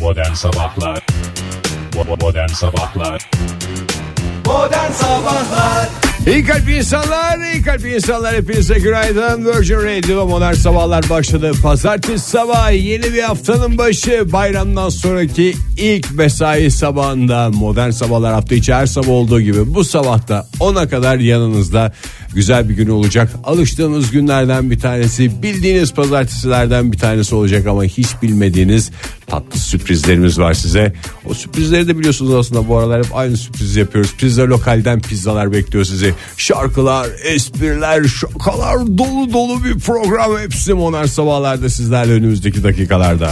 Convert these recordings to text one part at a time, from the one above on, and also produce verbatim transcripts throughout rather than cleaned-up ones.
Modern Sabahlar Modern Sabahlar Modern Sabahlar İyi kalp insanlar, iyi kalp insanlar, hepinize günaydın. Virgin Radio Modern Sabahlar başladı. Pazartesi sabahı, yeni bir haftanın başı, bayramdan sonraki ilk mesai sabahında. Modern Sabahlar hafta içi her sabah olduğu gibi bu sabahta ona kadar yanınızda. Güzel bir gün olacak. Alıştığınız günlerden bir tanesi, bildiğiniz pazartesilerden bir tanesi olacak ama hiç bilmediğiniz tatlı sürprizlerimiz var size. O sürprizleri de biliyorsunuz, aslında bu aralar hep aynı sürprizi yapıyoruz. Pizza Lokal'den pizzalar bekliyor sizi. Şarkılar, espriler, şakalar dolu dolu bir program. Hepsi Modern Sabahlar'da sizlerle önümüzdeki dakikalarda.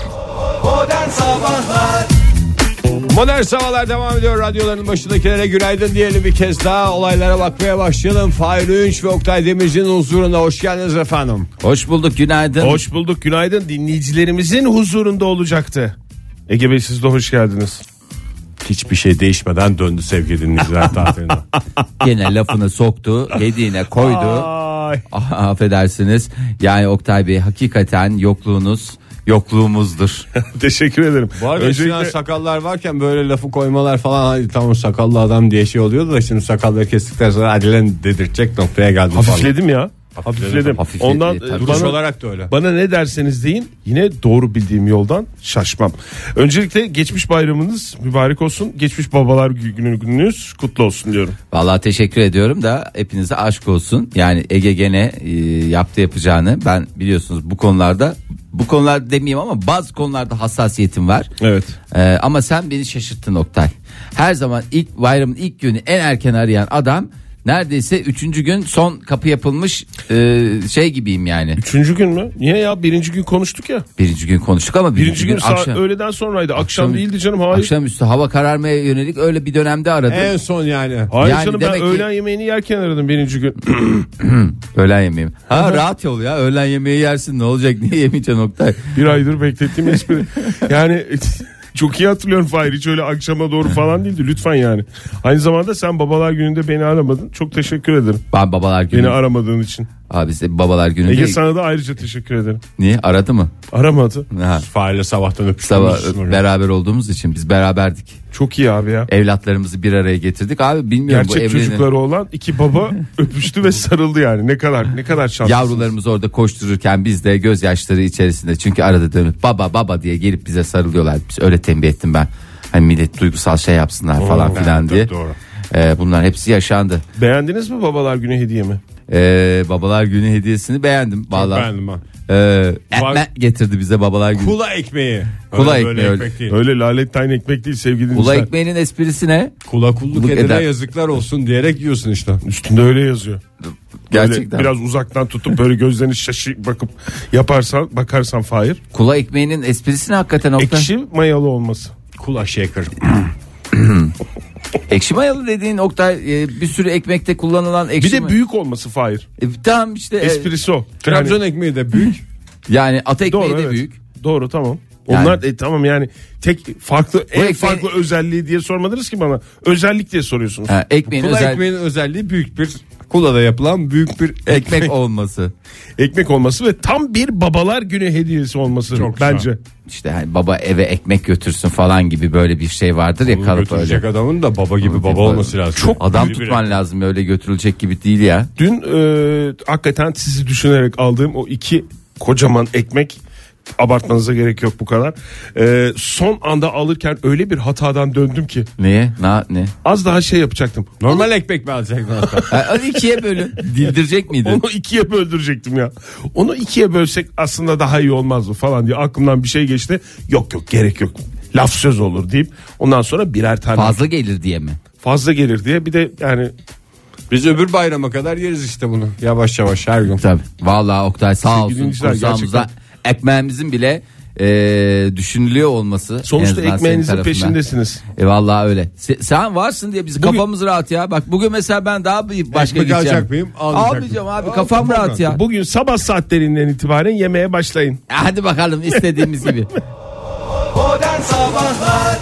Modern Sabahlar Modern Sabahlar devam ediyor. Radyoların başındakilere günaydın diyelim bir kez daha. Olaylara bakmaya başlayalım. Fahir Öğünç ve Oktay Demirci'nin huzurunda hoş geldiniz efendim. Hoş bulduk, günaydın. Hoş bulduk, günaydın. Dinleyicilerimizin huzurunda olacaktı. Ege Bey, siz de hoş geldiniz. Hiçbir şey değişmeden döndü sevgili dinleyiciler tatiline. Gene lafını soktu, dediğine koydu. Ay. Ah, affedersiniz. Yani Oktay Bey, hakikaten yokluğunuz yokluğumuzdur. Teşekkür ederim. Bu arada Öncelikle... eskiden sakallar varken böyle lafı koymalar falan, hadi tamam sakallı adam diye şey oluyordu da şimdi sakalları kestikten sonra hadi lan dedirtecek noktaya geldim. Hafifledim falan. ya. Hafifledim. Hafifledi, Ondan tabii. e, Duruş bana, olarak da öyle. bana ne derseniz deyin, yine doğru bildiğim yoldan şaşmam. Öncelikle geçmiş bayramınız mübarek olsun. Geçmiş babalar günü gününüz kutlu olsun diyorum. Vallahi teşekkür ediyorum da hepinize aşk olsun. Yani Ege gene e, yaptı yapacağını. Ben biliyorsunuz bu konularda, bu konularda demeyeyim ama bazı konularda hassasiyetim var. Evet. Ee, ama sen beni şaşırttın Oktay. Her zaman ilk bayramın ilk günü en erken arayan adam, neredeyse üçüncü gün son kapı yapılmış e, şey gibiyim yani. Üçüncü gün mü? Niye ya? Birinci gün konuştuk ya. Birinci gün konuştuk ama birinci, Birinci gün, gün saat akşam, öğleden sonraydı. Akşam, Akşam- değildi canım. Hayır. akşamüstü hava kararmaya yönelik öyle bir dönemde aradım. En son yani. Hayır Yani canım, ben demek ki- öğlen yemeğini yerken aradım birinci gün. Öğlen yemeği. Ha rahat yol ya, öğlen yemeği yersin, ne olacak, niye yemeyeceksin Oktay? Bir aydır beklettiğim espri. Yani çok iyi hatırlıyorum Fahir, hiç öyle akşama doğru falan değildi lütfen yani. Aynı zamanda sen babalar gününde beni aramadın. Çok teşekkür ederim. Ben babalar günü. Beni aramadığın için. Abi size babalar gününde. Ege, sana da ayrıca teşekkür ederim. Niye aradı mı? Aramadı. Ha, Fahir'le sabahtan öpüştük. sabah beraber olduğumuz için biz beraberdik. Çok iyi abi ya. Evlatlarımızı bir araya getirdik. Abi bilmiyorum Gerçek bu evrenin... çocukları olan iki baba öpüştü ve sarıldı yani. Ne kadar ne kadar şanslısınız. Yavrularımız orada koştururken biz de gözyaşları içerisinde, çünkü arada dönüp baba baba diye gelip bize sarılıyorlar. Biz öyle tembih ettim ben. Hani millet duygusal şey yapsınlar falan filan diye. Doğru. Ee, bunlar hepsi yaşandı. Beğendiniz mi babalar günü hediye mi? Ee, babalar günü hediyesini beğendim. Vallahi. Beğendim ben. Ee, Var- ekmek getirdi bize babalar günü. Kula ekmeği. Kula Öyle böyle ekmeği, öyle. ekmek değil. Öyle lalet tayin ekmek değil sevgili Kula dinleyiciler. ekmeğinin esprisi ne? Kula kulluk Kulluk edene eder. yazıklar olsun diyerek yiyorsun işte. Üstünde öyle yazıyor. Gerçekten. Böyle biraz uzaktan tutup böyle gözlerini şaşı bakıp yaparsan bakarsan Fahir. Kula ekmeğinin esprisi ne hakikaten Oktay? Ekşi mayalı olması. Kula shaker. Ekşi mayalı dediğin Oktay, e, bir sürü ekmekte kullanılan ekşi Bir de may- büyük olması Fahir. E, tamam işte. e, Esprisi o. Trabzon Yani- ekmeği de büyük. yani ata ekmeği Doğru, de evet. büyük. Doğru, tamam. Yani- Onlar e, tamam yani tek farklı en ekmeği- farklı özelliği diye sormadınız ki bana. Özellik diye soruyorsunuz. Ha, ekmeğin Kula özel ekmeğinin özelliği büyük bir kulada yapılan büyük bir ekmek olması. Ekmek olması ve tam bir babalar günü hediyesi olması Çok güzel. bence. İşte hani baba eve ekmek götürsün falan gibi böyle bir şey vardır ya, kalıp Götürecek öyle. adamın da baba gibi baba olması lazım. Çok Adam büyük bir tutman lazım, öyle götürülecek gibi değil ya. Dün e, hakikaten sizi düşünerek aldığım o iki kocaman ekmek, abartmanıza gerek yok bu kadar. E, son anda alırken öyle bir hatadan döndüm ki Neye? Na, ne? az daha şey yapacaktım. Normal ekmek mi alacaktın hatta? Ha, hadi ikiye bölün. Dildirecek miydin? Onu ikiye böldürecektim ya. Onu ikiye bölsek aslında daha iyi olmaz mı falan diye aklımdan bir şey geçti. Yok yok, gerek yok. Laf söz olur deyip ondan sonra birer tane Fazla gelir diye mi? fazla gelir diye bir de yani Biz öbür bayrama kadar yeriz işte bunu. Yavaş yavaş her gün. Tabii. Vallahi Oktay sağ Sevgili olsun. dinleyiciler, Kursağımıza ekmeğimizin bile e, düşünülüyor olması. en sonuçta azından senin ekmeğinizin tarafından. peşindesiniz. E vallahi öyle. Se- sen varsın diye biz Bugün- kafamız rahat ya. Bak bugün mesela ben daha bir başka Ekmek gideceğim. alacak mıyım? Almayacak Almayacağım mıyım? abi, Al, kafam tamam rahat ben. ya. Bugün sabah saatlerinden itibaren yemeye başlayın. Hadi bakalım istediğimiz gibi. Modern Sabahlar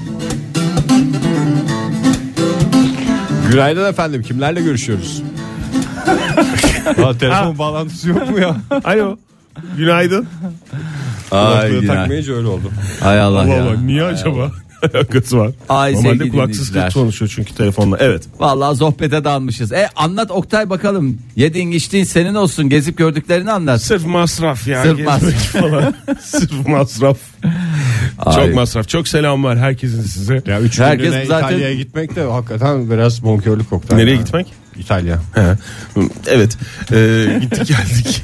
Günaydın efendim. Kimlerle görüşüyoruz? Aa, telefon bağlantısı yok mu ya? Alo. Günaydın. Kulaklığı Ay, takmayınca öyle oldu. Hay Allah, Allah ya. Allah, niye acaba? Alakası var. Ay, Normalde sevgili kulaksız dinleyiciler. konuşuyor çünkü telefonla. Evet. Vallahi sohbete dalmışız. E anlat Oktay bakalım. Yediğin içtiğin senin olsun. Gezip gördüklerini anlat. Sırf masraf ya. Sırf Gezmek masraf. falan. Sırf masraf. Ay. Çok masraf. Çok selam var herkesin size. Ya üç Herkes günlüğüne zaten- İtalya'ya gitmek de hakikaten biraz bonkörlük Oktay. Nereye ya. gitmek? İtalya. He. Evet. Ee, gittik geldik.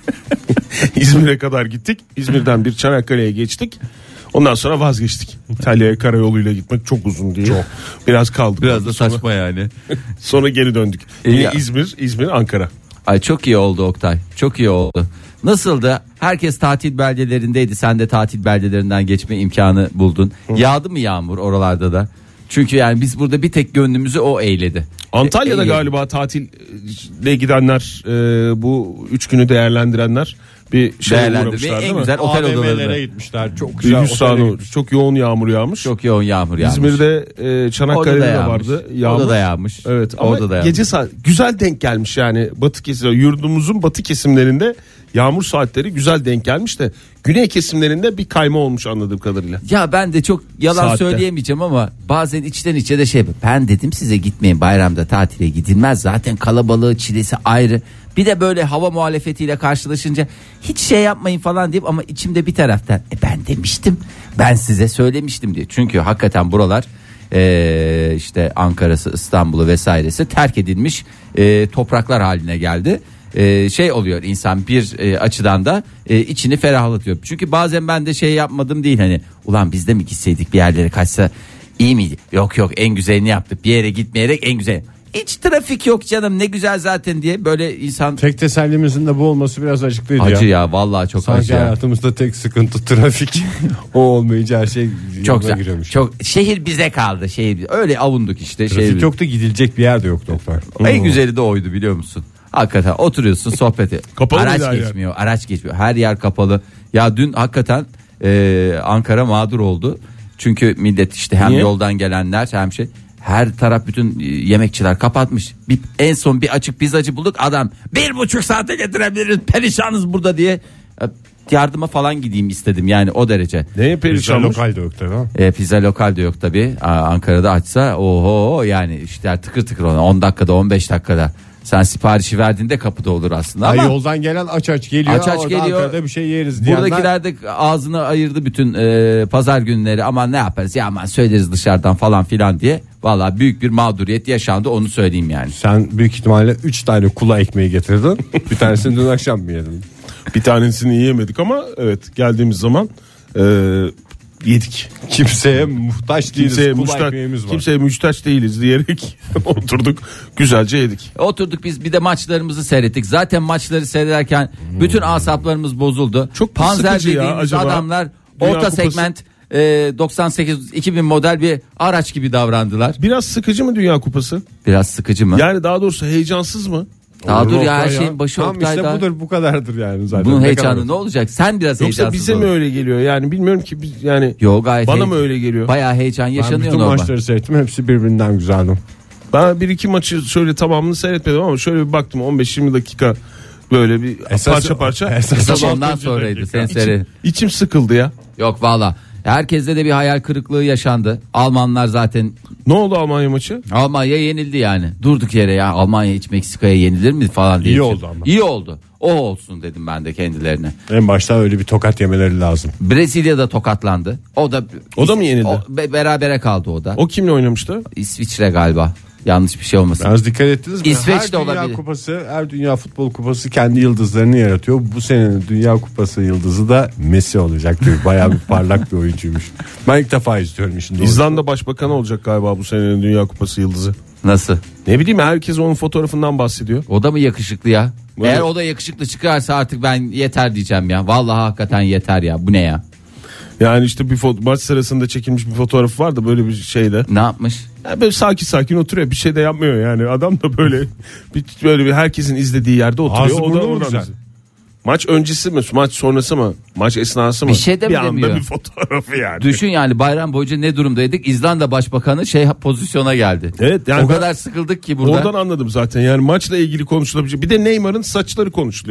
İzmir'e kadar gittik. İzmir'den bir Çanakkale'ye geçtik. Ondan sonra vazgeçtik. İtalya'ya karayoluyla gitmek çok uzun diye. Çok. Biraz kaldık. Biraz da orada. Sonra- saçma yani. Sonra geri döndük. İyi Yine ya. İzmir, İzmir, Ankara. Ay çok iyi oldu Oktay. Çok iyi oldu. Nasıldı? Herkes tatil beldelerindeydi. Sen de tatil beldelerinden geçme imkanı buldun. Yağdı mı yağmur oralarda da? Çünkü yani biz burada bir tek gönlümüzü o eğledi. Antalya'da E, galiba tatille gidenler, e, bu üç günü değerlendirenler bir şey Değerlendirmeye uğramışlar değil en mi? güzel otel A V M'lere odalarında. gitmişler. Çok Bir güzel yüz otele saniye, gitmiş. çok yoğun yağmur yağmış. Çok yoğun yağmur yağmış. İzmir'de, e, Orada Çanakkale'de da de yağmış. vardı yağmur. Orada da yağmış. Evet ama Orada da yağmış. gece saat güzel denk gelmiş yani batı kesim, yurdumuzun batı kesimlerinde yağmur saatleri güzel denk gelmiş de güney kesimlerinde bir kayma olmuş anladığım kadarıyla. Ya ben de çok yalan Saatte. söyleyemeyeceğim ama bazen içten içe de şey, ben dedim size gitmeyin, bayramda tatile gidilmez, zaten kalabalığı çilesi ayrı, bir de böyle hava muhalefetiyle karşılaşınca hiç şey yapmayın falan deyip, ama içimde bir taraftan e ben demiştim, ben size söylemiştim diye. Çünkü hakikaten buralar e, işte Ankara'sı, İstanbul'u vesairesi terk edilmiş e, topraklar haline geldi. Ee, şey oluyor, insan bir e, açıdan da e, içini ferahlatıyor. Çünkü bazen ben de şey yapmadım değil, hani ulan biz de mi gitseydik bir yerlere, kaçsa iyi miydi? Yok yok, en güzelini yaptık, bir yere gitmeyerek en güzel. Hiç trafik yok canım, ne güzel zaten diye böyle insan. Tek tesellimizin de bu olması biraz acıklıydı Acı ya. ya, vallahi çok Sanki acı ya. hayatımızda tek sıkıntı trafik. O olmayınca her şey Çok yoluna güzel. giriyormuş. Çok şehir bize kaldı, şehir öyle avunduk işte. Trafik şehir. yoktu, gidilecek bir yer de yoktu Oktay. En güzeli de oydu, biliyor musun? Hakikaten oturuyorsun sohbeti. Kapalı mıydı araç her yer? geçmiyor, araç geçmiyor. Her yer kapalı. Ya dün hakikaten e, Ankara mağdur oldu. Çünkü millet işte hem Niye? yoldan gelenler hem şey, her taraf, bütün e, yemekçiler kapatmış. Bir, en son bir açık pizzacı bulduk, adam bir buçuk saate getirebiliriz, perişanız burada diye. E, yardıma falan gideyim istedim yani, o derece. Neye Pizza perişanmış? lokal de yok tabii. E, pizza lokal de yok tabi. Ankara'da açsa oho, yani işte tıkır tıkır ona on dakikada on beş dakikada. Sen siparişi verdiğinde kapıda olur aslında Ay, ama yoldan gelen aç aç geliyor. Aç aç Orada geliyor. Ankara'da bir şey yeriz diyenler. buradakiler de ağzını ayırdı bütün e, pazar günleri, aman ne yaparız ya, aman söyleriz dışarıdan falan filan diye. Valla büyük bir mağduriyet yaşandı, onu söyleyeyim yani. Sen büyük ihtimalle üç tane kula ekmeği getirdin. Bir tanesini dün akşam mı yedin? Bir tanesini yiyemedik ama evet geldiğimiz zaman e, yedik. Kimseye muhtaç değiliz. Kimseye Kula muhtaç, ekmeğimiz var. kimseye muhtaç değiliz diyerek oturduk, güzelce yedik. Oturduk biz, bir de maçlarımızı seyrettik. Zaten maçları seyrederken bütün asaplarımız bozuldu. Çok Panzer sıkıcı ya, dediğimiz acaba? adamlar Dünya orta Kupası- segment e, doksan sekiz iki bin model bir araç gibi davrandılar. Biraz sıkıcı mı Dünya Kupası? Biraz sıkıcı mı? Yani daha doğrusu heyecansız mı? Daha Olur dur mu ya, her Oktay şeyin başı Tam Oktay'da. işte budur, bu kadardır yani zaten. Bunun Ne heyecanı kadar- ne olacak? Sen biraz Yoksa heyecansız bize ol. mi öyle geliyor? Yani bilmiyorum ki biz, yani Yo, gayet bana hey- mı öyle geliyor? Bayağı heyecan Ben yaşanıyor bütün normal. maçları seyrettim, hepsi birbirinden güzeldi. Ben bir iki maçı şöyle tamamını seyretmedim ama şöyle bir baktım on beş yirmi dakika böyle bir Esas- parça parça. esas- Esas Esas ondan altıncı sonraydı. dakika. Sen İçim, seyret. içim sıkıldı ya. Yok valla. Herkeste de bir hayal kırıklığı yaşandı. Almanlar zaten, Ne oldu Almanya maçı? Almanya yenildi yani. Durduk yere ya, Almanya hiç Meksika'ya yenilir mi falan diye. İyi oldu ama. İyi oldu. O olsun dedim ben de kendilerine. En başta öyle bir tokat yemeleri lazım. Brezilya da tokatlandı. O da O da mı yenildi? O, be- berabere kaldı o da. O kimle oynamıştı? İsviçre galiba. Yanlış bir şey olmasın. Biraz dikkat ettiniz mi? İsveç her de Dünya olabilir. Kupası, her Dünya Futbol Kupası kendi yıldızlarını yaratıyor. Bu senenin Dünya Kupası yıldızı da Messi olacak diyor. Bayağı bir parlak bir oyuncuymuş. Ben ilk defa izliyorum işin doğrusu. İzlanda Başbakanı olacak galiba bu senenin Dünya Kupası yıldızı. Nasıl? Ne bileyim herkes onun fotoğrafından bahsediyor. O da mı yakışıklı ya? Böyle- Eğer o da yakışıklı çıkarsa artık ben yeter diyeceğim ya. Vallahi hakikaten yeter ya. Bu ne ya? Yani işte bir foto- maç sırasında çekilmiş bir fotoğraf var da böyle bir şeyde. Ne yapmış? Yani böyle sakin sakin oturuyor, bir şey de yapmıyor yani. Adam da böyle bir, böyle bir herkesin izlediği yerde oturuyor. Ağzı O da burnu mu oradan güzel? izliyor. Maç öncesi mi, maç sonrası mı, maç esnası mı? Bir şey de mi anda demiyor? bir fotoğrafı yani. Düşün yani, bayram boyunca ne durumdaydık? İzlanda Başbakanı şey pozisyona geldi. Evet, yani o ben- kadar sıkıldık ki burada. Oradan anladım zaten yani maçla ilgili konuşulabilecek. Bir de Neymar'ın saçları konuşuluyor.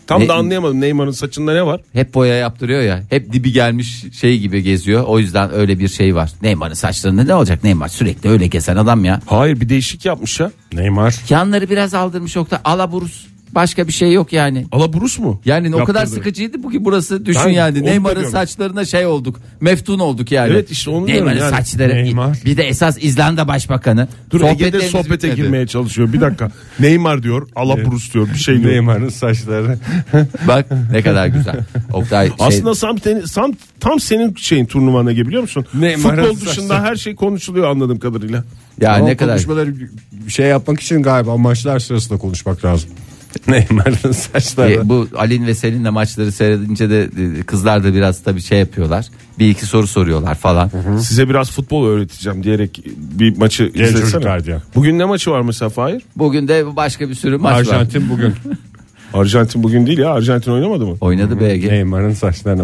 Tam Ne- da anlayamadım Neymar'ın saçında ne var? Hep boya yaptırıyor ya. Hep dibi gelmiş şey gibi geziyor. O yüzden öyle bir şey var. Neymar'ın saçlarında ne olacak? Neymar sürekli öyle gezen adam ya. Hayır bir değişik yapmış ya. Neymar. Yanları biraz aldırmış Oktay. Alaburus. Başka bir şey yok yani. Alaburus mu? Yani o kadar Yaptırdı. sıkıcıydı bu ki burası düşün Ben yani. onu Neymar'ın diyorum. saçlarına şey olduk. Meftun olduk yani. Evet, işte onu diyorum Neymar'ın yani. saçları. Neymar. Bir de esas İzlanda Başbakanı. Dur Ege'de Sohbetlerimiz sohbete bitmedi. girmeye çalışıyor. Bir dakika. Neymar diyor, Alaburus diyor, bir şey diyor. Neymar'ın saçları. Bak ne kadar güzel. Oktay şey, Aslında tam, tam, tam senin şeyin turnuvana gibi biliyor musun? Neymar'ın Futbol saçları. dışında her şey konuşuluyor anladığım kadarıyla. ya Ama ne kadar konuşmaları bir şey yapmak için galiba maçlar sırasında konuşmak lazım. Neymar'ın saçları. E, bu Alin ve Selin'le maçları seyredince de e, kızlar da biraz tabii şey yapıyorlar. Bir iki soru soruyorlar falan. Size biraz futbol öğreteceğim diyerek bir maçı Genç izlesene. çocuklar diye. Bugün ne maçı var mesela Fahir? Bugün de başka bir sürü maç var. Arjantin bugün. Arjantin bugün değil ya. Arjantin oynamadı mı? Oynadı B G. Neymar'ın saçlarını.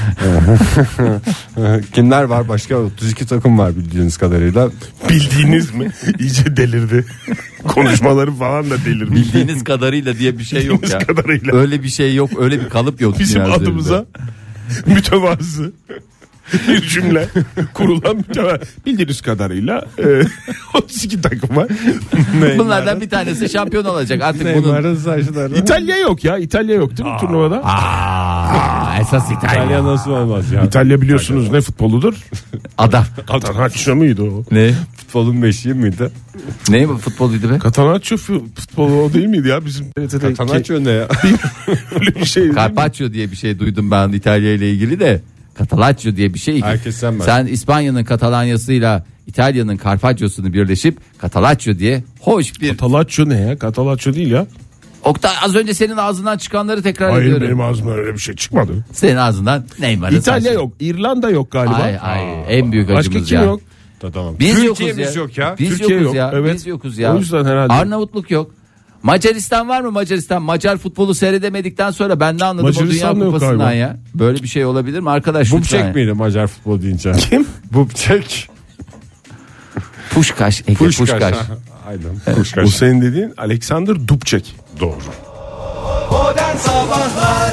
Kimler var? Başka otuz iki takım var bildiğiniz kadarıyla. Bildiğiniz mi? İyice delirdi. Konuşmaları falan da delirmiş. Bildiğiniz kadarıyla diye bir şey yok ya. Bildiğiniz kadarıyla. Öyle bir şey yok. Öyle bir kalıp yok. Bizim dünya üzerinde. adımıza mütevazı bir cümle kurulan mütevazı. Bildiğiniz kadarıyla e, otuz iki takım var. Bunlardan bir tanesi şampiyon olacak. Artık bunun Neymar'ın saçları. İtalya yok ya. İtalya yok değil mi turnuvada? Aa, esas İtalya. İtalya nasıl olmaz ya? İtalya biliyorsunuz ne futboludur? Adam. Catanaccio muydu o? Ne? Futbolun beşiği miydi? Ne bu futboluydu be? Catanaccio futbolu o değil miydi ya bizim T R T'deki? Catanaccio ne ya? Öyle bir şey değil mi? Carpaccio diye bir şey duydum ben İtalya ile ilgili de. Catalaccio diye bir şey. Herkes sen ben. Sen İspanya'nın Katalanyasıyla İtalya'nın Carpaccio'sunu birleşip Catalaccio diye hoş bir. Catalaccio ne ya? Catalaccio değil ya. Oktay az önce senin ağzından çıkanları tekrar Hayır ediyorum. benim ağzımdan öyle bir şey çıkmadı. Senin ağzından Neymar'ın İtalya saçları. yok. İrlanda yok galiba. Ay ay en büyük Başka acımız kim ya. yok? Tamam. Biz Türkiye'miz yokuz ya. yok ya. Biz Türkiye yokuz yok, ya. evet. Biz yokuz ya. O yüzden herhalde. Arnavutluk yok. Macaristan var mı Macaristan? Macar futbolu seyredemedikten sonra ben ne anladım Macaristan o da Dünya yok Kupası'ndan galiba. ya. Böyle bir şey olabilir mi arkadaş? lütfen ya. Bubçek miydi Macar futbol deyince? Kim? Bubçek. Puşkaş. Ege Puşkaş. Aynen. Bu Puşkaş. senin dediğin Alexander Dubček. Doğru. Modern Sabahlar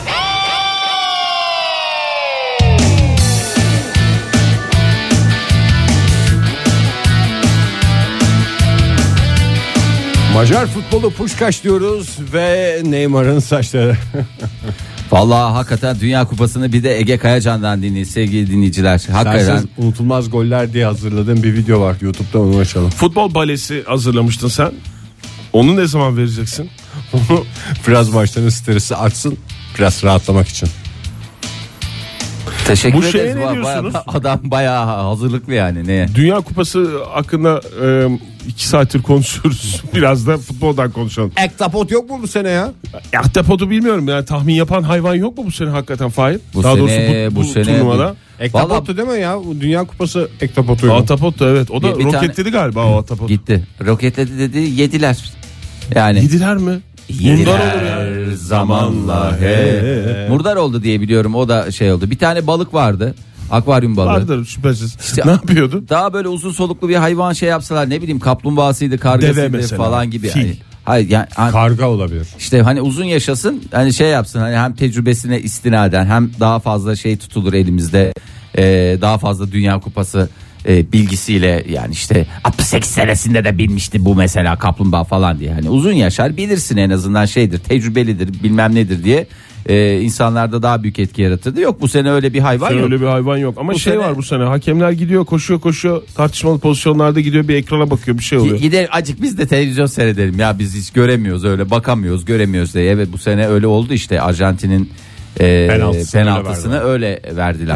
Macar futbolu Puşkaş diyoruz ve Neymar'ın saçları. Vallahi hakikaten Dünya Kupası'nı bir de Ege Kayacan'dan dinleyin sevgili dinleyiciler. Hakikaten Derseniz unutulmaz goller diye hazırladığım bir video var. YouTube'da onu açalım. Futbol balesi hazırlamıştın sen. Onu ne zaman vereceksin? Onu biraz maçların stresi açsın. Biraz rahatlamak için. teşekkür Bu şeye ederiz. ne Ba- diyorsunuz? bayağı- adam bayağı hazırlıklı yani. Ne? Dünya Kupası hakkında e, iki saattir konuşuyoruz. Biraz da futboldan konuşalım. Ektapot yok mu bu sene ya? Ahtapotu bilmiyorum yani tahmin yapan hayvan yok mu bu sene hakikaten Fahir? Bu Daha sene- doğrusu bu, bu, bu sene turnuvada. Ektapotu değil mi ya? Bu Dünya Kupası ektapotu. Ahtapot da evet o da Bir- bir roketledi galiba o ahtapot. Gitti. Roketledi dedi yediler. Yani Yediler mi? Mundar olur ya. yediler zamanla he. Murdar oldu diye biliyorum o da şey oldu. Bir tane balık vardı. Akvaryum balığı. Vardır şüphesiz. İşte- ne yapıyordu? Daha böyle uzun soluklu bir hayvan şey yapsalar ne bileyim kaplumbağasıydı, Deve kargasıydı mesela, falan gibi. fil. Yani, hayır yani hani- Karga olabilir. işte hani uzun yaşasın hani şey yapsın hani hem tecrübesine istinaden hem daha fazla şey tutulur elimizde Ee, daha fazla Dünya Kupası e, bilgisiyle yani işte altmış sekiz senesinde de bilmişti bu mesela kaplumbağa falan diye hani uzun yaşar bilirsin en azından şeydir tecrübelidir bilmem nedir diye e, insanlarda daha büyük etki yaratırdı. Yok bu sene öyle bir hayvan Sen yok. öyle bir hayvan yok ama Bu şey sene- var bu sene hakemler gidiyor koşuyor koşuyor tartışmalı pozisyonlarda gidiyor bir ekrana bakıyor bir şey oluyor. Gider acık biz de televizyon seyredelim ya biz hiç göremiyoruz öyle bakamıyoruz göremiyoruz diye. Evet bu sene öyle oldu işte Arjantin'in e, Penaltısını penaltısını öyle verdiler.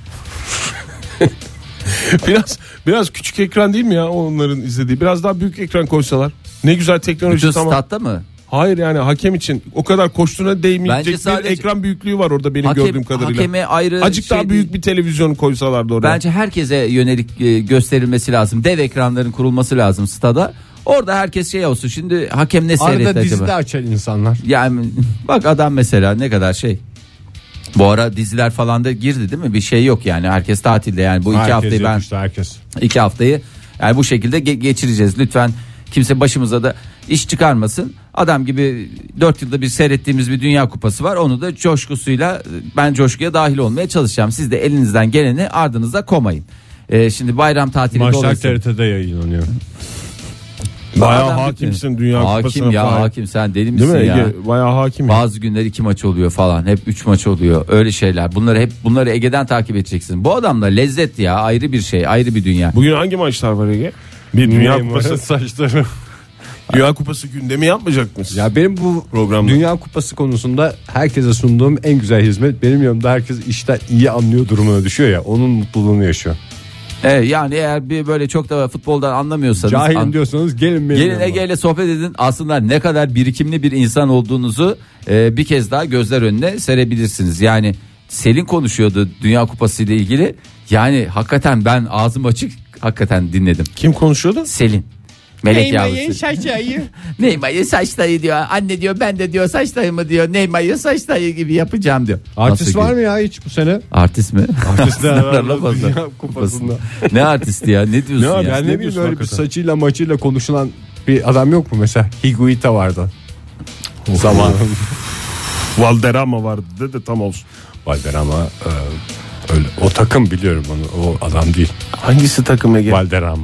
Biraz biraz küçük ekran değil mi ya onların izlediği? Biraz daha büyük ekran koysalar. Ne güzel teknoloji Bütün tamam. statta mı? Hayır yani hakem için o kadar koştuğuna Bence değmeyecek sadece- bir ekran büyüklüğü var orada benim Hakem- gördüğüm kadarıyla. hakeme ayrı Acık şey daha büyük bir televizyon koysalardı oraya. Bence herkese yönelik e, gösterilmesi lazım. Dev ekranların kurulması lazım stada. Orada herkes şey olsun. Şimdi hakem ne seyretti Arada dizi de acaba? açan insanlar. Yani bak adam mesela ne kadar şey. Bu ara diziler falan da girdi değil mi? Bir şey yok yani. Herkes tatilde yani bu iki Herkes haftayı ben yapmıştı, herkes. iki haftayı yani bu şekilde ge- geçireceğiz. Lütfen Kimse başımıza da iş çıkarmasın. Adam gibi dört yılda bir seyrettiğimiz bir Dünya Kupası var. Onu da coşkusuyla ben coşkuya dahil olmaya çalışacağım. Siz de elinizden geleni ardınıza koymayın. Ee, şimdi bayram tatili Maçlar dolayısıyla. T R T'de yayınlanıyor. Bayağı Adam hakimsin Dünya hakim Kupası'na ya falan. hakim sen deli Değil misin mi ya? Ege? Bayağı hakim. ya. Bazı günler iki maç oluyor falan. Hep üç maç oluyor. Öyle şeyler. Bunları hep bunları Ege'den takip edeceksin. Bu adamla lezzet ya ayrı bir şey, ayrı bir dünya. Bugün hangi maçlar var Ege? Bir Dünya Neymar'ın Kupası. saçları. Dünya Kupası gündemi yapmayacak mısın? Ya benim bu Programda. Dünya Kupası konusunda herkese sunduğum en güzel hizmet benim yanımda herkes işten iyi anlıyor durumuna düşüyor ya, onun mutluluğunu yaşıyor. Evet, yani eğer bir böyle çok da futboldan anlamıyorsanız Cahilim an- diyorsanız gelin benim gelin yanıma. Ege ile sohbet edin. Aslında ne kadar birikimli bir insan olduğunuzu e, bir kez daha gözler önüne serebilirsiniz. Yani Selin konuşuyordu Dünya Kupası ile ilgili. Yani hakikaten ben ağzım açık hakikaten dinledim. Kim konuşuyordu? Selin. Melek yavrusu. saçayı. Neymar'ı saç dayı diyor. Anne diyor ben de diyor saç dayımı diyor. Neymar'ı saç dayı gibi yapacağım diyor. Artist Nasıl var ki? mı ya hiç bu sene? Artist mi? Artistler Arasında fazla. Dünya Kupası'nda. Ne artisti ya? Ne diyorsun Ne abi? ya? Yani Ne ne bileyim diyorsun öyle bir hakikaten? saçıyla maçıyla konuşulan bir adam yok mu mesela? Higuita vardı. Zaman. Valderrama vardı de, de tam olsun. Valderrama e, öyle o takım biliyorum onu. O adam değil. Hangisi takım Ege? Valderrama.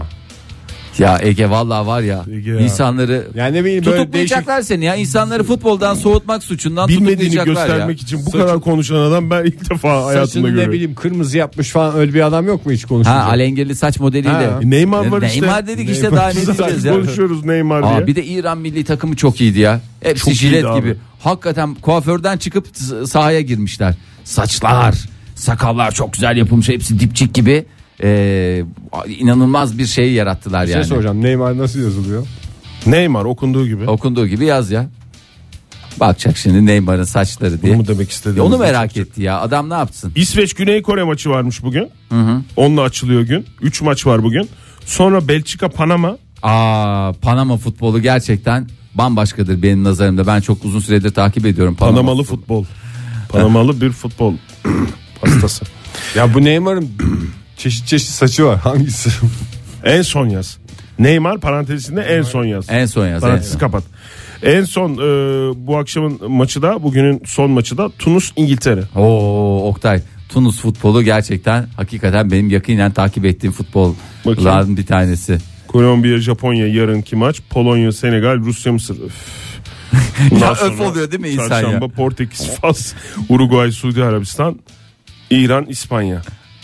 Ya Ege vallahi var ya, Ege ya. insanları Yani ne bileyim böyle değişik. tutuklayacaklar seni ya. İnsanları futboldan soğutmak suçundan Bilmediğini tutuklayacaklar göstermek ya. için bu kadar konuşan adam ben ilk defa hayatımda Saçını ne görüyorum. bileyim kırmızı yapmış falan öyle bir adam yok mu hiç konuşunca? Ha alengirli saç modeliyle. Ha. E, Neymar var işte. Neymar dedik işte Neymar. daha ne Zaten diyeceğiz ya. konuşuyoruz Neymar diye. Aa, bir de İran milli takımı çok iyiydi ya. Hepsi Çok jilet iyiydi gibi. abi. Hakikaten kuaförden çıkıp sahaya girmişler. Saçlar, sakallar çok güzel yapılmış. Hepsi dipçik gibi. Ee, inanılmaz bir şey yarattılar Bir şey yani. soracağım, Neymar nasıl yazılıyor? Neymar okunduğu gibi. Okunduğu gibi yaz ya. Bakacak şimdi Neymar'ın saçları diye. Bunu mu demek istediğiniz? Ya onu merak etti ya. Adam ne yapsın? İsveç Güney Kore maçı varmış bugün. Hı hı. Onunla açılıyor gün. üç maç var bugün. Sonra Belçika Panama. Aa, Panama futbolu gerçekten bambaşkadır benim nazarımda. Ben çok uzun süredir takip ediyorum Panama Panamalı futbolu. futbol. Panamalı bir futbol hastası. Ya bu Neymar'ın çeşit çeşit saçı var. Hangisi? En son yaz. Neymar parantezinde en son yaz. En son yaz. en Parantezi son. kapat. En son e, bu akşamın maçı da bugünün son maçı da Tunus İngiltere. Oo Oktay, Tunus futbolu gerçekten hakikaten benim yakinen takip ettiğim futbollardan Bakayım. bir tanesi. Kolombiya Japonya yarınki maç. Polonya Senegal Rusya Mısır. Öf. Bundan Ya öf sonra oluyor değil mi insan ya? Çarşamba Portekiz Fas Uruguay Suudi Arabistan İran İspanya.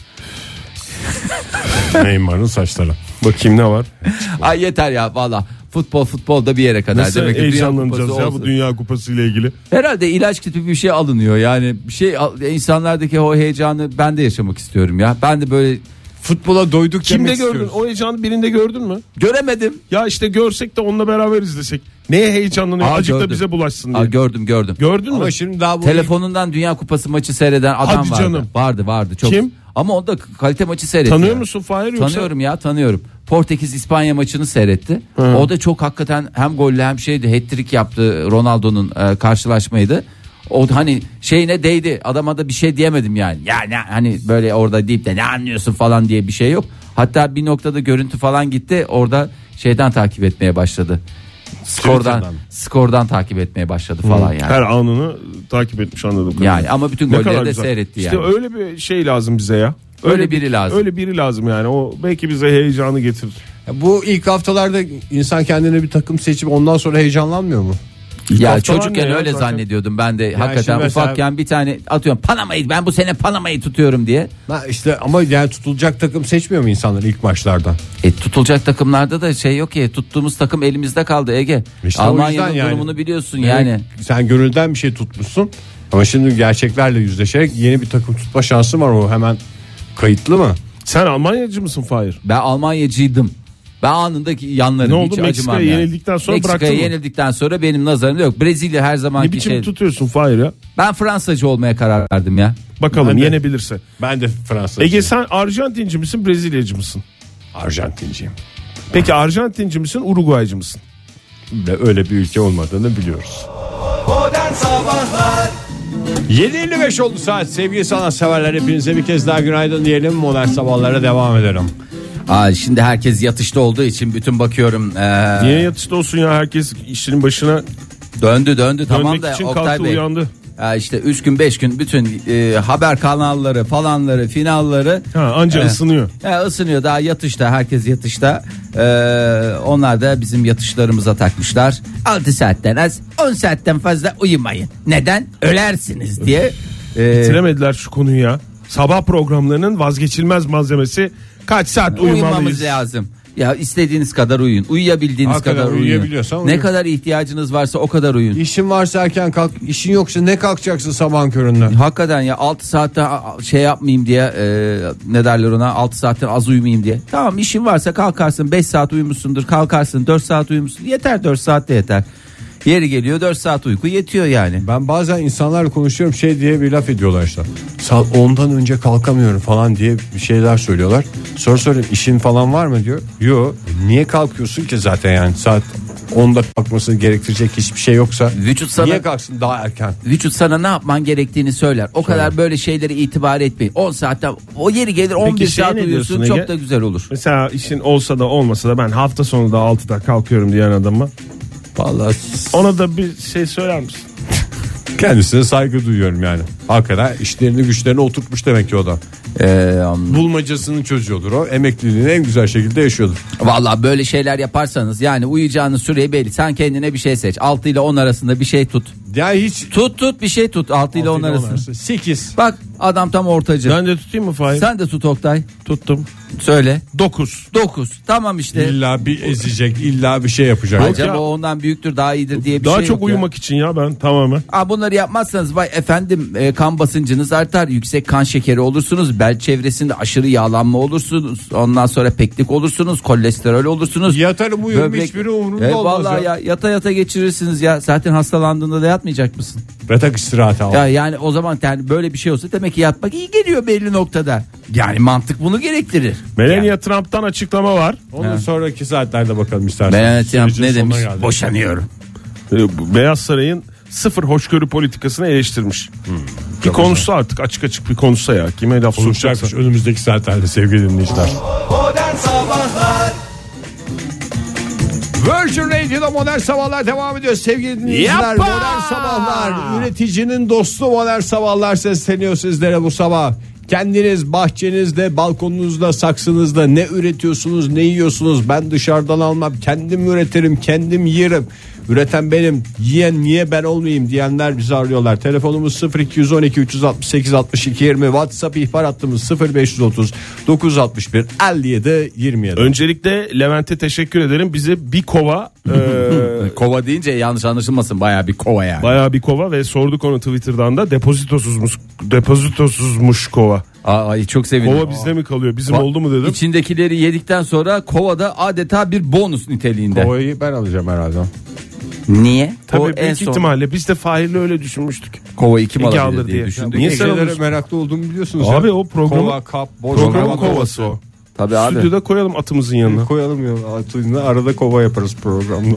Neymar'ın saçları. Bakayım ne var? Ay yeter ya valla. Futbol futbolda bir yere kadar. Nasıl Demek ki Dünya heyecanlanacağız Kupası ya olsun. bu Dünya Kupası ile ilgili. Herhalde ilaç gibi bir şey alınıyor. Yani bir şey al- insanlardaki o heyecanı ben de yaşamak istiyorum ya. Ben de böyle Futbola doyduk Kimde demek gördün? istiyoruz. O heyecanı birinde gördün mü? göremedim. Ya işte görsek de onunla beraber izlesek. Neye heyecanlanıyor? Aa, Azıcık da gördüm. bize bulaşsın Aa, diye. gördüm gördüm. Gördün mü? Ama şimdi daha bu Telefonundan Dünya Kupası maçı seyreden adam Hadi vardı. canım. Vardı vardı çok. Kim? Ama o da kalite maçı seyretti. Tanıyor ya. musun Fahir yoksa? Tanıyorum ya tanıyorum. Portekiz İspanya maçını seyretti. O da çok hakikaten hem gollü hem şeydi, hat-trick yaptı Ronaldo'nun e, karşılaşmaydı. O da hani şeyine değdi. Adama da bir şey diyemedim yani. Ya ne hani böyle orada deyip de ne anlıyorsun falan diye bir şey yok. Hatta bir noktada görüntü falan gitti. Orada şeyden takip etmeye başladı. Skordan Twitter'dan. skordan takip etmeye başladı falan yani. Her anını takip etmiş anladım. Yani ama bütün Ne golleri kadar de güzel. seyretti İşte yani. öyle bir şey lazım bize ya. Öyle bir- biri lazım. Öyle biri lazım yani. O belki bize heyecanı getirir. Ya bu ilk haftalarda insan kendine bir takım seçip ondan sonra heyecanlanmıyor mu? Ya haftalar çocukken ne ya öyle zaten? zannediyordum ben de. şimdi Hakikaten mesela- ufakken bir tane atıyorum Panama'yı ben bu sene Panama'yı tutuyorum diye. Ha işte ama yani tutulacak takım seçmiyor mu insanlar ilk maçlarda? E, tutulacak takımlarda da şey yok ki tuttuğumuz takım elimizde kaldı Ege. İşte o Almanya'nın yüzden yani. durumunu biliyorsun yani. Yani sen gönülden bir şey tutmuşsun ama şimdi gerçeklerle yüzleşerek yeni bir takım tutma şansı var, o hemen kayıtlı mı? Sen Almanyacı mısın Fahir? Ben Almanyacıydım. Ben anındaki yanlarım Ne oldu? hiç Meksika'ya acımam yani. yenildikten sonra Meksika'ya bıraktın mı? yenildikten sonra benim nazarımda yok. Brezilya her Ne zamanki biçim şey. tutuyorsun Fahir ya? Ben Fransızcı olmaya karar verdim ya. Bakalım Ben de. yenebilirse. Ben de Fransız. Ege sen Arjantinci misin Brezilyacı mısın? Arjantinciyim. Peki Arjantinci misin Uruguaycı mısın? Ve öyle bir ülke olmadığını biliyoruz. Modern Sabahlar yedi elli beş oldu saat sevgili sanatseverler, hepinize bir kez daha günaydın diyelim, modern sabahlara devam edelim. Aa, şimdi herkes yatışta olduğu için bütün bakıyorum. Ee, Niye yatışta olsun ya, herkes işinin başına döndü döndü tamam dönmek da için Oktay kalktı, Bey. uyandı. Ya işte üç gün beş gün bütün e, haber kanalları falanları finalları Ha, anca e, ısınıyor. e, ısınıyor daha yatışta, herkes yatışta. E, onlar da bizim yatışlarımıza takmışlar. altı saatten az on saatten fazla uyumayın. Neden? Ölersiniz diye. E, Bitiremediler şu konuyu ya. Sabah programlarının vazgeçilmez malzemesi kaç saat uyumamız uyumalıyız? lazım. Ya istediğiniz kadar uyuyun. Uyuyabildiğiniz Hakikaten kadar uyuyun. uyuyabiliyorsan Ne uyu. kadar ihtiyacınız varsa o kadar uyuyun. İşin varsa erken kalk. İşin yoksa ne kalkacaksın sabahın köründen? Hakikaten ya altı saatte şey yapmayayım diye e, ne derler ona, altı saatten az uyumayayım diye. Tamam, işin varsa kalkarsın, beş saat uyumuşsundur, kalkarsın dört saat uyumuşsun, yeter, dört saat de yeter. Yeri geliyor dört saat uyku yetiyor yani. Ben bazen insanlarla konuşuyorum, şey diye bir laf ediyorlar işte. Saat ondan önce kalkamıyorum falan diye bir şeyler söylüyorlar. Sonra soruyorum, işin falan var mı diyor. Yok. Niye kalkıyorsun ki zaten yani saat onda kalkmasını gerektirecek hiçbir şey yoksa. Vücut sana Niye kalksın daha erken? Vücut sana ne yapman gerektiğini söyler. O kadar böyle şeylere itibar etmeyin. on saatte o yeri gelir on bir şey saat ne uyuyorsun, diyorsun çok Ege? da güzel olur. Mesela işin olsa da olmasa da ben hafta sonu da altıda kalkıyorum diyen adama, Vallahi ona da bir şey söyler misin? kendisine saygı duyuyorum yani. Hakikaten işlerini güçlerini oturtmuş demek ki o da. Ee, Bulmacasını çözüyordur o. Emekliliğini en güzel şekilde yaşıyordur. Vallahi böyle şeyler yaparsanız yani uyuyacağınız süreyi belli. Sen kendine bir şey seç. altı ile on arasında bir şey tut. Yani hiç Tut tut bir şey tut. altı ile on arasında. sekiz. Bak adam tam ortacı. Ben de tutayım mı Fahir? Sen de tut Oktay. Tuttum. Söyle. dokuz. dokuz. Tamam işte. İlla bir ezecek, illa bir şey yapacak. Acaba ya. o ondan büyüktür, daha iyidir diye bir Daha şey çok yok ya. uyumak için ya ben tamamen. Aa, bunları yapmazsanız vay efendim e, kan basıncınız artar, yüksek kan şekeri olursunuz, bel çevresinde aşırı yağlanma olursunuz, ondan sonra peklik olursunuz, kolesterol olursunuz. Yatarım uyurum, Böbrek- hiçbiri umurumda Evet, olmaz vallahi ya. ya. Yata yata geçirirsiniz ya. Zaten hastalandığında da yatmayacak mısın? Yatak istirahati al. Ya yani o zaman yani böyle bir şey olsa demek ki yatmak iyi geliyor belli noktada. Yani mantık bunu gerektirir. Melania Yani. Trump'tan açıklama var. Onun Ha. sonraki saatlerde bakalım istersen. Melania Trump Sürecin ne sonuna demiş? geldik. Boşanıyorum. Ee, bu Beyaz Saray'ın sıfır hoşgörü politikasını eleştirmiş. Bir konuşsa artık, açık açık bir konuşsa ya. Kime laf Konuşacakmış soracaksa. önümüzdeki saatlerde sevgili dinleyiciler. Modern Sabahlar Virgin Radio'da Modern Sabahlar devam ediyor sevgili dinleyiciler. Yappa! Modern Sabahlar, üreticinin dostu Modern Sabahlar sesleniyor sizlere bu sabah. Kendiniz bahçenizde, balkonunuzda, saksınızda ne üretiyorsunuz, ne yiyorsunuz? Ben dışarıdan almam, kendim üretirim, kendim yerim. Üreten benim, yiyen niye ben olmayayım diyenler bizi arıyorlar. Telefonumuz sıfır iki on iki üç altı sekiz altmış iki yirmi, WhatsApp ihbar hattımız sıfır beş otuz dokuz altmış bir elli yedi yirmi yedi. Öncelikle Levent'e teşekkür ederim. Bize bir kova e, Kova deyince yanlış anlaşılmasın, bayağı bir kova yani. bayağı bir kova ve sorduk onu Twitter'dan da, depozitosuzmuş, depozitosuzmuş kova. Aa, ay çok sevindim. Kova bizde mi kalıyor? Bizim Ba- oldu mu dedim. İçindekileri yedikten sonra kovada adeta bir bonus niteliğinde. Kovayı ben alacağım herhalde. Niye? Tabii O en büyük son ihtimalle biz de Fahir'le öyle düşünmüştük. kovayı kim Ege alabilir alır diye diye. düşündük. Niye Niye sen şeylere alıyorsun? meraklı olduğumu biliyorsunuz Abi ya. o programı- Kova, kap, boş Programın kova, kovası o. Tabii abi. Stüdyoda koyalım atımızın yanına. Koyalım ya. Atıyla arada kova yaparız programda.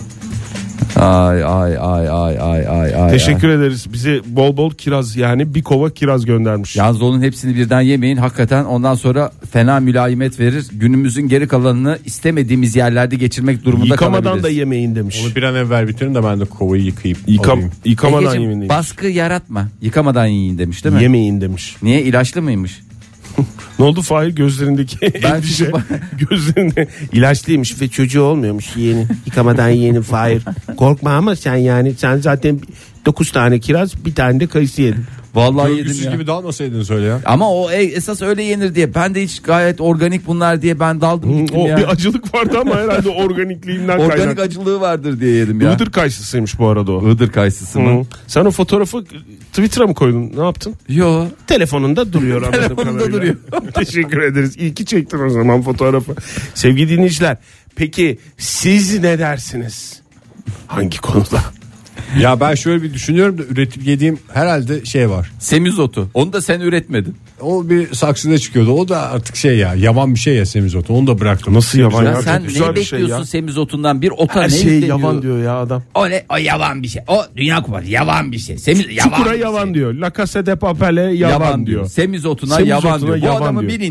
Ay ay ay ay ay ay ay. Teşekkür ederiz. Bize bol bol kiraz, yani bir kova kiraz göndermiş. Yalnız onun hepsini birden yemeyin. Hakikaten ondan sonra fena mülayimet verir. Günümüzün geri kalanını istemediğimiz yerlerde geçirmek durumunda Yıkamadan kalabiliriz. da yemeyin demiş. Onu bir an evvel bitirin de ben de kovayı yıkayıp Yıkam, alayım. yıkamadan Egeciğim, yemeyin demiş. baskı yaratma. Yıkamadan yiyin demiş değil mi? Yemeyin demiş. Niye, ilaçlı mıymış? Ne oldu Fahir, gözlerindeki Ben endişe, çünkü- gözlerinde ilaçlıymış ve çocuğu olmuyormuş yeğeni. Yıkamadan yeğeni Fahir. Korkma ama sen yani sen zaten dokuz tane kiraz, bir tane de kayısı yedin. Vallahi Görgüsüz yedim ya. gibi dalmasaydın söyle ya. Ama o e- esas öyle yenir diye. Ben de hiç gayet organik bunlar diye ben daldım gittim O ya. bir acılık vardı ama herhalde organikliğinden Organik kaynaklı. acılığı vardır diye yedim ya. Iğdır kayısısıymış bu arada o. Iğdır kayısısı mı? Hı. Sen o fotoğrafı Twitter'a mı koydun? Ne yaptın? Yo. Telefonunda duruyor. anladığım Telefonunda kadarıyla. duruyor. Teşekkür ederiz. İyi ki çektin o zaman fotoğrafı. Sevgili dinleyiciler, peki siz ne dersiniz? Hangi konuda? Ya ben şöyle bir düşünüyorum da üretip yediğim herhalde şey var. Semizotu. Onu da sen üretmedin. O bir saksıda çıkıyordu. O da artık şey ya, yavan bir şey ya semizotu. Onu da bıraktım. Nasıl yavan Ya ya? sen Çok güzel neyi bir şey bekliyorsun ya. semizotundan? Bir ota Her ne şey yükleniyor? yavan diyor ya adam. O ne? O yavan bir şey. O Dünya Kupası yavan bir şey. Semiz yavan. Çukura bir yavan şey. diyor. La Casa de Papel'e yavan, Yavan diyor. diyor. Semizotuna Semizotuna yavan diyor. Bu yavan adamı diyor. bilin.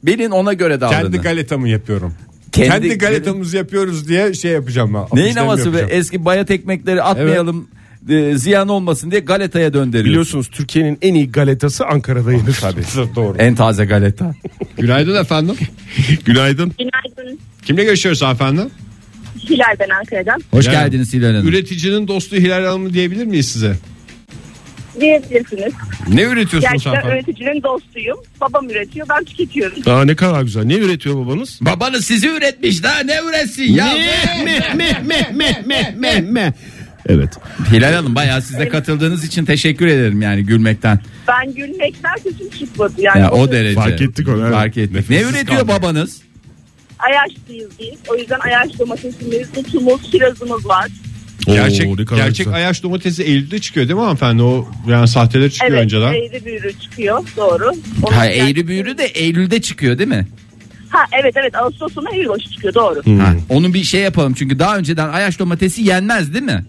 Bilin, ona göre davranın. Kendi galetamı yapıyorum. Kendi, Kendi galetamızı yapıyoruz diye şey yapacağım ben. Neyin havası be? Eski bayat ekmekleri atmayalım, evet. e, ziyan olmasın diye galetaya döndürüyoruz. Biliyorsunuz Türkiye'nin en iyi galetası Ankara'da yenir. Tabii. Doğru. En taze galeta. Günaydın efendim. Günaydın. Günaydın. Kimle görüşüyoruz efendim? Hilal ben Ankara'dan. Hoş Yani, geldiniz Hilal Hanım. Üreticinin dostu Hilal Hanım diyebilir miyiz size? Diyebilirsiniz. Ne üretiyorsunuz Gerçekten efendim? üreticinin dostuyum. Babam üretiyor, ben tüketiyorum. Aa, ne kadar güzel. Ne üretiyor babanız? Babanız sizi üretmiş, daha ne üretsin ya? Meh meh meh meh meh meh meh. Evet. Hilal Hanım, bayağı siz de katıldığınız için teşekkür ederim yani, gülmekten. Ben gülmekten sesim çıkmadı. Yani Ya, o derece. Fark ettik onu, evet. Fark ettik. Nefessiz Ne üretiyor kaldı. babanız? Ayaşlıyız biz. O yüzden ayaş domatesimiz, tutumuz, kirazımız var. Gerçek, Oo, ne kadar gerçek güzel. ayaş domatesi Eylül'de çıkıyor değil mi hanımefendi? O yani sahteleri çıkıyor Evet, önceden. eğri büğrü çıkıyor. Doğru. Onun Ha, gerçek- eğri büğrü de Eylül'de çıkıyor değil mi? Ha evet evet Ağustos sonu Eylül başı çıkıyor. Doğru. Ha, onun bir şey yapalım, çünkü daha önceden ayaş domatesi yenmez değil mi?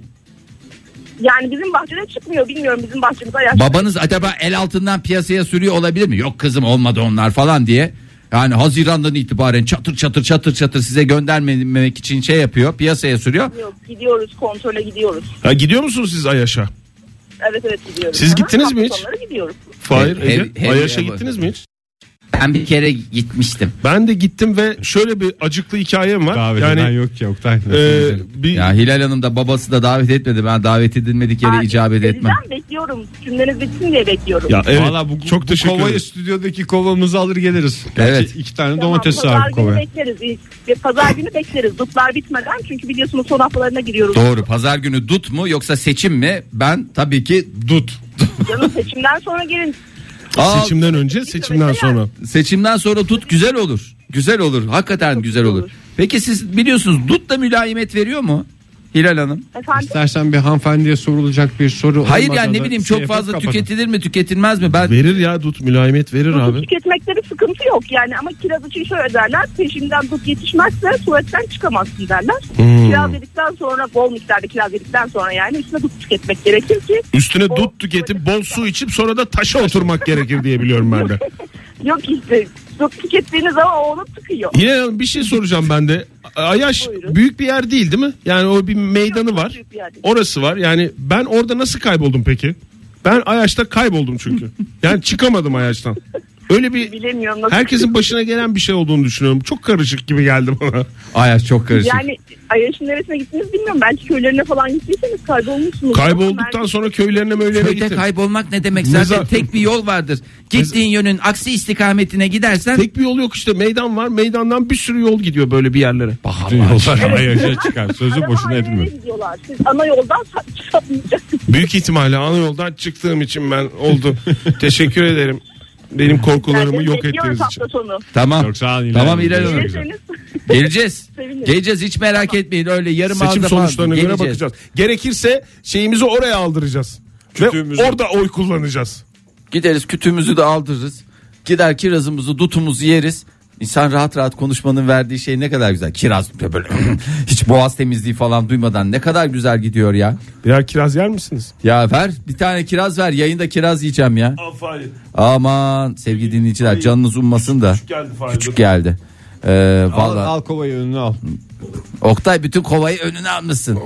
Yani bizim bahçede çıkmıyor. Bilmiyorum, bizim bahçemizde ayaş. Babanız acaba el altından piyasaya sürüyor olabilir mi? Yok kızım, olmadı onlar falan diye. Yani Haziran'dan itibaren çatır çatır çatır çatır size göndermemek için şey yapıyor, piyasaya sürüyor. Yok, gidiyoruz, kontrole gidiyoruz. Ha, gidiyor musunuz siz Ayaş'a? Evet evet gidiyoruz. Siz Aha, gittiniz mi hafta hiç? sonları gidiyoruz. Fahir, Her- Ege, her- Ayaş'a her- gittiniz mi hiç? Ben bir kere gitmiştim. Ben de gittim ve şöyle bir acıklı hikayem var. Davet eden yani yok ki Oktay. e, bir Ya Hilal Hanım da babası da davet etmedi. Ben davet edilmedik yere Aa, icabet etmem. geleceğim, bekliyorum. Cümleniz bitsin diye bekliyorum. ya evet, Valla bu, çok bu teşekkür kovayı ederim. stüdyodaki kovamızı alır geliriz. Gerçi Evet. iki tane Tamam, domates pazar sahibi günü kovaya. bekleriz. İlk- Pazar günü bekleriz. Dutlar bitmeden, çünkü biliyorsunuz son haftalarına giriyoruz. Doğru, pazar günü dut mu yoksa seçim mi? Ben tabii ki dut. Canım seçimden sonra gelin. Aa, Seçimden önce, seçimden sonra. seçimden sonra dut güzel olur. Güzel olur. Hakikaten güzel olur. olur. Peki siz biliyorsunuz, dut da mülayimet veriyor mu Hilal Hanım? Efendim? İstersen bir hanımefendiye sorulacak bir soru Hayır olmadan yani ne da bileyim, şey çok yapıp fazla kapatalım. tüketilir mi tüketilmez mi? Ben Verir ya, dut mülayimet verir Dutu abi. tüketmekte bir sıkıntı yok yani, ama kiraz için şöyle derler: peşinden dut yetişmezse tuvaletten çıkamazsın derler. Hmm. Kiraz yedikten sonra, bol miktarda kiraz yedikten sonra yani üstüne dut tüketmek gerekir ki. Üstüne O- dut tüketip bol su içip sonra da taşa oturmak gerekir diye biliyorum ben de. Yok işte, dut tükettiğiniz zaman o onu tıkıyor. Yine bir şey soracağım ben de. Ayaş Buyurun. büyük bir yer değil değil mi? Yani o bir meydanı Yok, var. büyük bir yer değil. Orası var. Yani ben orada nasıl kayboldum peki? Ben Ayaş'ta kayboldum çünkü. Yani çıkamadım Ayaş'tan. Öyle bir Bilemiyorum nasıl. herkesin başına gelen bir şey olduğunu düşünüyorum. Çok karışık gibi geldi bana. Ayaş çok karışık. Yani Ayaş'ın neresine gittiniz bilmiyorum. Belki köylerine falan gittiyseniz kaybolmuşsunuz. Kaybolduktan Ama sonra köylerine möylerine Köyde gittim. kaybolmak ne demek? Ne Zaten zaten- tek bir yol vardır. Gittiğin yönün aksi istikametine gidersen Tek bir yol yok işte, meydan var. Meydandan bir sürü yol gidiyor böyle bir yerlere. Bütün yollar Ayaş'a Evet. çıkar. Sözü araba boşuna haline edilmiyor. gidiyorlar. Siz ana yoldan sa- sapmayacaksınız. Büyük ihtimalle ana yoldan çıktığım için ben oldu. Teşekkür ederim. Benim korkularımı Yani yok bekliyoruz ettiğiniz hafta için. sonu. tamam. Çok sağ olun İlhan Tamam Hanım. İlhan Hanım. Gelirseniz Geleceğiz. Sevinirim. Geleceğiz, hiç merak etmeyin, öyle yarım Seçim ağızda falan sonuçlarına göre geleceğiz. bakacağız. Gerekirse şeyimizi oraya aldıracağız. Kütüğümüzü. Ve orada oy kullanacağız. Gideriz, kütüğümüzü de aldırırız. Gider kirazımızı, dutumuzu yeriz. İnsan rahat rahat konuşmanın verdiği şey ne kadar güzel. Kiraz böyle hiç boğaz temizliği falan duymadan ne kadar güzel gidiyor ya. Birer kiraz yer misiniz? Ya ver bir tane kiraz ver, yayında kiraz yiyeceğim ya. Aferin. Aman sevgili dinleyiciler, canınız ummasın da. geldi Küçük geldi. Ee, Al, vallahi al kovayı önüne al. Oktay bütün kovayı önüne almışsın.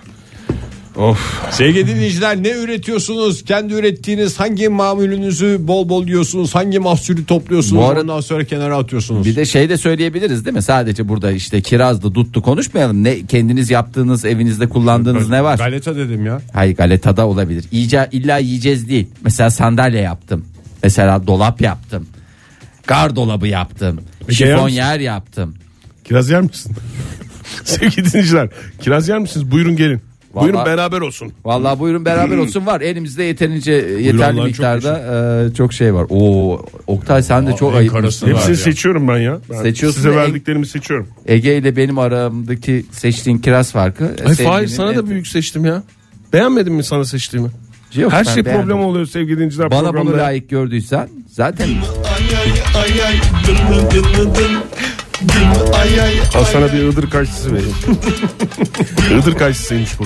Of. Sevgili dinleyiciler, ne üretiyorsunuz? Kendi ürettiğiniz hangi mamulünüzü bol bol yiyorsunuz? Hangi mahsulü topluyorsunuz? Bu arada- Ondan sonra kenara atıyorsunuz. Bir de şey de söyleyebiliriz değil mi? Sadece burada işte kirazdı, duttu konuşmayalım. Ne kendiniz yaptığınız, evinizde kullandığınız ne var? Galeta dedim ya. Hayır, galetada olabilir. İyice illa yiyeceğiz değil. Mesela sandalye yaptım. Mesela dolap yaptım. Gardolabı yaptım. Peki, yer Şifonyer yaptım. Kiraz yer misin? Sevgili dinleyiciler, kiraz yer misiniz? Buyurun gelin. Vallahi- Buyurun beraber olsun. Vallahi buyurun beraber olsun, var. Elimizde yeterince yeterli Allah'ın çok miktarda çok, çok şey var. Oo Oktay sen de çok en ayıpmışsın. karası var. Hepsini ya. seçiyorum ben ya. Ben Seçiyorsun size da en- verdiklerimi seçiyorum. Ege ile benim aramdaki seçtiğin kiraz farkı. Ay sevginin Fahir, sana en- da büyük seçtim ya. Beğenmedin mi sana seçtiğimi? Yok, Her ben şey beğendim. problem oluyor sevgili dinleyiciler Bana bunu programda. layık gördüysen zaten Al sana bir Iğdır karşısı vereyim. Iğdır karşısıymış bu.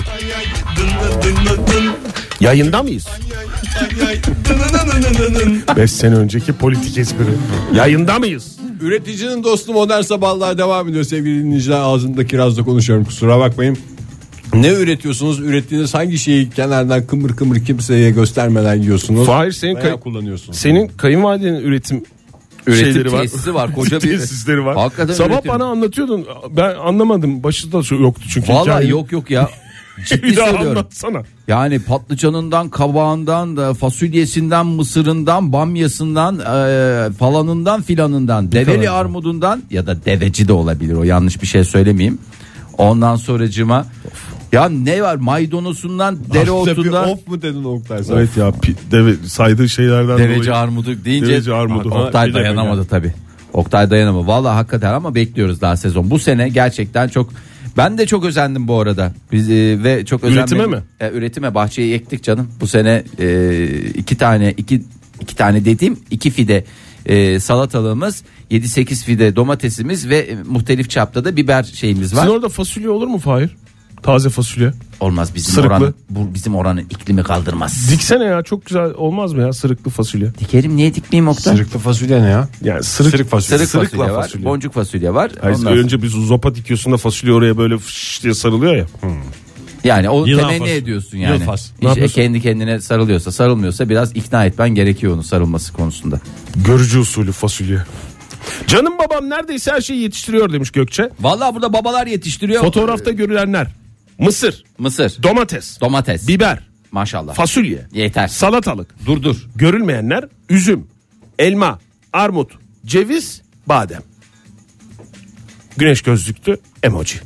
Yayında mıyız? Beş sene önceki politik espri. Yayında mıyız? Üreticinin dostu Modern Sabahlar devam ediyor sevgili dinleyiciler. Ağzımda kirazla konuşuyorum, kusura bakmayın. Ne üretiyorsunuz? Ürettiğiniz hangi şeyi kenardan kımır kımır kimseye göstermeden yiyorsunuz? Fahir, senin veya kay- kullanıyorsunuz. Senin kayınvalidenin üretim Üretim şeyleri var. tesisi var. Koca bir tesisleri var. Hakikaten Sabah üretim. bana anlatıyordun. Ben anlamadım. Başında yoktu çünkü. Vallahi hikayenin. yok yok ya. Ciddi Bir daha söylüyorum. anlatsana. Yani patlıcanından, kabağından, da fasulyesinden, mısırından, bamyasından, e, falanından filanından, develi armudundan ya da deveci de olabilir, o yanlış bir şey söylemeyeyim. Ondan sonracığıma ya ne var, maydanozundan, dereotundan. Of mu dedin Oktay? Evet ya, pi- deve, saydığı şeylerden Deveci dolayı. armudu deyince Deveci armudu. Oktay Bir de dayanamadı tabi. Oktay dayanamadı. Vallahi hakikaten, ama bekliyoruz daha sezon. Bu sene gerçekten çok, ben de çok özendim bu arada. Biz e, ve çok özendim. Üretime mi? E, üretime, bahçeyi ektik canım. Bu sene e, iki tane iki iki tane dediğim iki fide e, salatalığımız, yedi sekiz fide domatesimiz ve e, muhtelif çapta da biber şeyimiz var. Sizin orada fasulye olur mu Fahir? Taze fasulye. Olmaz, bizim Sırıklı. oranın, bu bizim oranın iklimi kaldırmaz. Diksene ya, çok güzel olmaz mı ya sırıklı fasulye? Dikerim, niye dikmeyeyim Oktay? Sırıklı fasulye ne ya? Yani sırık, Sırık fasulye. Sırık Sırıkla fasulye var, fasulye. boncuk fasulye var. Hayır, Ondan önce bir zopa dikiyorsun da fasulye oraya böyle fış diye sarılıyor ya. Yani o Yılan temenni fasulye. ediyorsun yani. Yılfas. Ne İşte yapıyorsun? kendi kendine sarılıyorsa, sarılmıyorsa biraz ikna etmen gerekiyor onun sarılması konusunda. Görücü usulü fasulye. Canım babam neredeyse her şeyi yetiştiriyor demiş Gökçe. Vallahi burada babalar yetiştiriyor. Fotoğrafta görülenler: mısır, Mısır, domates, domates, biber, maşallah. fasulye, Yeter. salatalık. Dur dur. Görülmeyenler: üzüm, elma, armut, ceviz, badem. Güneş gözlüklü emoji.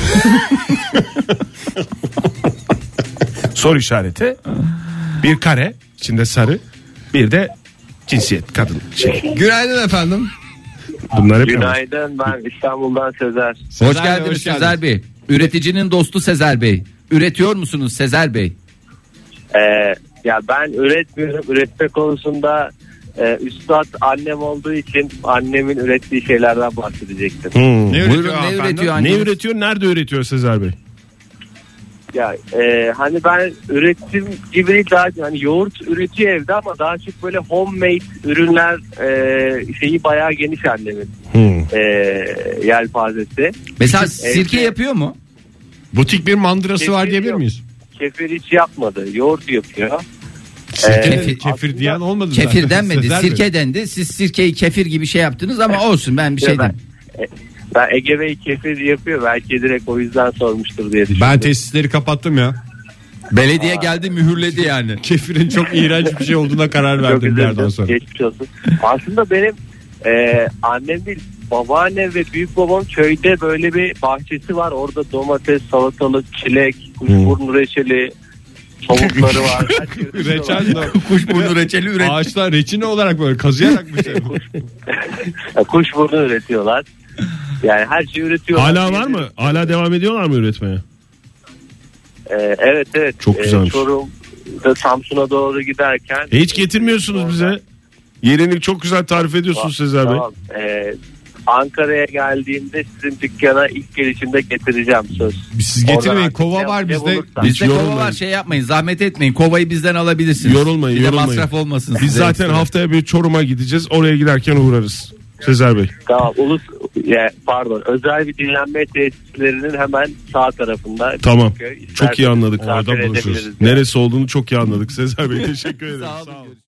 Soru işareti, bir kare içinde sarı, bir de cinsiyet kadın şey. Günaydın efendim. Bunlar hep emoji. Günaydın, ben İstanbul'dan Sezer. Hoş Bey, geldiniz hoş geldiniz. Sezer Bey. Üreticinin dostu Sezer Bey. Üretiyor musunuz Sezer Bey? Ee, ya ben üretmiyorum. Üretme konusunda e, üstad annem olduğu için annemin ürettiği şeylerden bahsedecektim. Hmm. Ne Buyurun, üretiyor ne hanımefendi? üretiyor Ne anneniz? üretiyor, nerede üretiyor Sezer Bey? Ya e, hani ben üretim gibi değil, daha hani yoğurt üretiyor evde ama daha çok böyle homemade ürünler, e, şeyi bayağı geniş annemin Hmm. e, yelpazesi. Mesela Evde- sirke yapıyor mu? Butik bir mandırası var Kefir diyebilir yok. miyiz? Kefir hiç yapmadı. Yoğurt yapıyor. Sirke, Ee, kefir, kefir diyen olmadı zaten. Kefir denmedi, Sezer Bey. sirke dendi. Siz sirkeyi kefir gibi şey yaptınız ama olsun, ben bir şey ben, demem. e, ben Ege Bey kefir yapıyor. Belki direkt o yüzden sormuştur diye düşündüm. Ben tesisleri kapattım ya. Belediye geldi, mühürledi yani. Kefirin çok iğrenç bir şey olduğuna karar Çok verdim bir üzüldüm. yerden sonra. Geçmiş olsun. Aslında benim e, annem değil, babaannem ve büyük babam köyde böyle bir bahçesi var. Orada domates, salatalık, çilek, kuşburnu reçeli, tavukları var. Her şey üretiyorlar. Reçel de Kuşburnu reçeli üret. ağaçlar reçine olarak böyle kazıyarak mı şey? Ya, kuşburnu üretiyorlar. Yani her şeyi üretiyorlar. Hala var mı? Hala devam ediyorlar mı üretmeye? E, evet evet. Çok güzelmiş. E, Çorum'da Samsun'a doğru giderken. E hiç getirmiyorsunuz bize. Yerini çok güzel tarif ediyorsunuz Sezer Bey. Tamam. Ee, Ankara'ya geldiğimde sizin dükkana ilk gelişimde getireceğim, söz. Siz getirmeyin, Oradan kova artık var ne bizde. bulursan. Bizde kova yorulmayın. var, şey yapmayın, zahmet etmeyin. Kovayı bizden alabilirsiniz. Yorulmayın, Bir de yorulmayın. masraf olmasın Biz size zaten ekstra. haftaya bir Çorum'a gideceğiz. Oraya giderken uğrarız. Sezer Bey. Tamam, ulus ya, pardon özel bir dinlenme tesislerinin hemen sağ tarafında. Tamam. Köy. Çok iyi anladık. İsterseniz Orada misafir buluşuruz. edebiliriz yani. Neresi olduğunu çok iyi anladık. Sezer Bey teşekkür ederim. Sağ olun. Sağ olun.